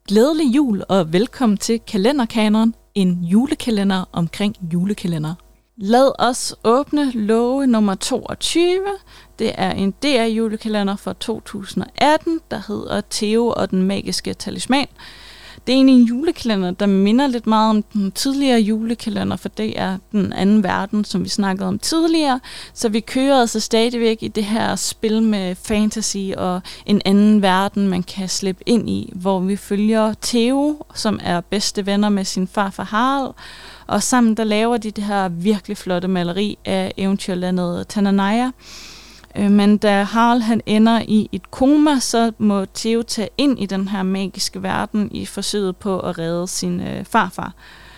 Glædelig jul og velkommen til Kalenderkanonen, en julekalender omkring julekalender. Lad os åbne låge nummer 22. Det er en DR-julekalender fra 2018, der hedder Theo og den magiske talisman. Det er egentlig en julekalender, der minder lidt meget om den tidligere julekalender, for det er den anden verden, som vi snakkede om tidligere. Så vi kører altså stadigvæk i det her spil med fantasy og en anden verden, man kan slippe ind i, hvor vi følger Theo, som er bedste venner med sin farfar Harald. Og sammen der laver de det her virkelig flotte maleri af eventyrlandet Tananaya. Men da Harald han ender i et koma, så må Theo tage ind i den her magiske verden i forsøget på at redde sin farfar.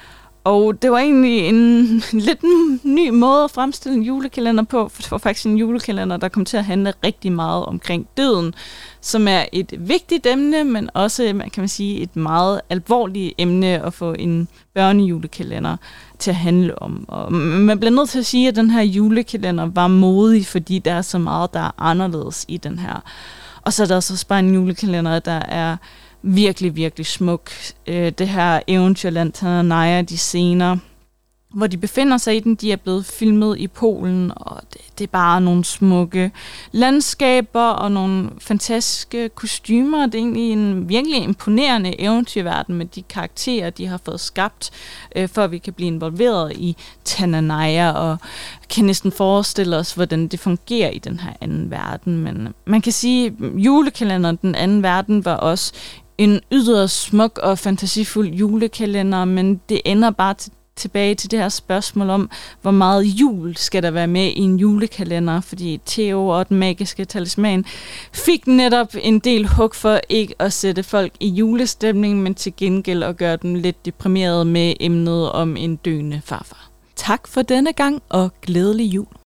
Og det var egentlig en lidt ny måde at fremstille en julekalender på, for det var faktisk en julekalender, der kom til at handle rigtig meget omkring døden, som er et vigtigt emne, men også, kan man sige, et meget alvorligt emne at få en børnejulekalender til at handle om. Og man bliver nødt til at sige, at den her julekalender var modig, fordi der er så meget, der er anderledes i den her. Og så er der så bare en julekalender, der er virkelig, virkelig smuk. Det her eventyrland Tananaya, de scener, hvor de befinder sig i den, de er blevet filmet i Polen, og det er bare nogle smukke landskaber og nogle fantastiske kostymer. Det er egentlig en virkelig imponerende eventyrverden med de karakterer, de har fået skabt, for at vi kan blive involveret i Tananaya, og kan næsten forestille os, hvordan det fungerer i den her anden verden. Men man kan sige, at julekalenderen, den anden verden, var også en yderst smuk og fantasifuld julekalender, men det ender bare tilbage til det her spørgsmål om, hvor meget jul skal der være med i en julekalender, fordi Theo og den magiske talisman fik netop en del hug for ikke at sætte folk i julestemning, men til gengæld at gøre dem lidt deprimerede med emnet om en døende farfar. Tak for denne gang, og glædelig jul.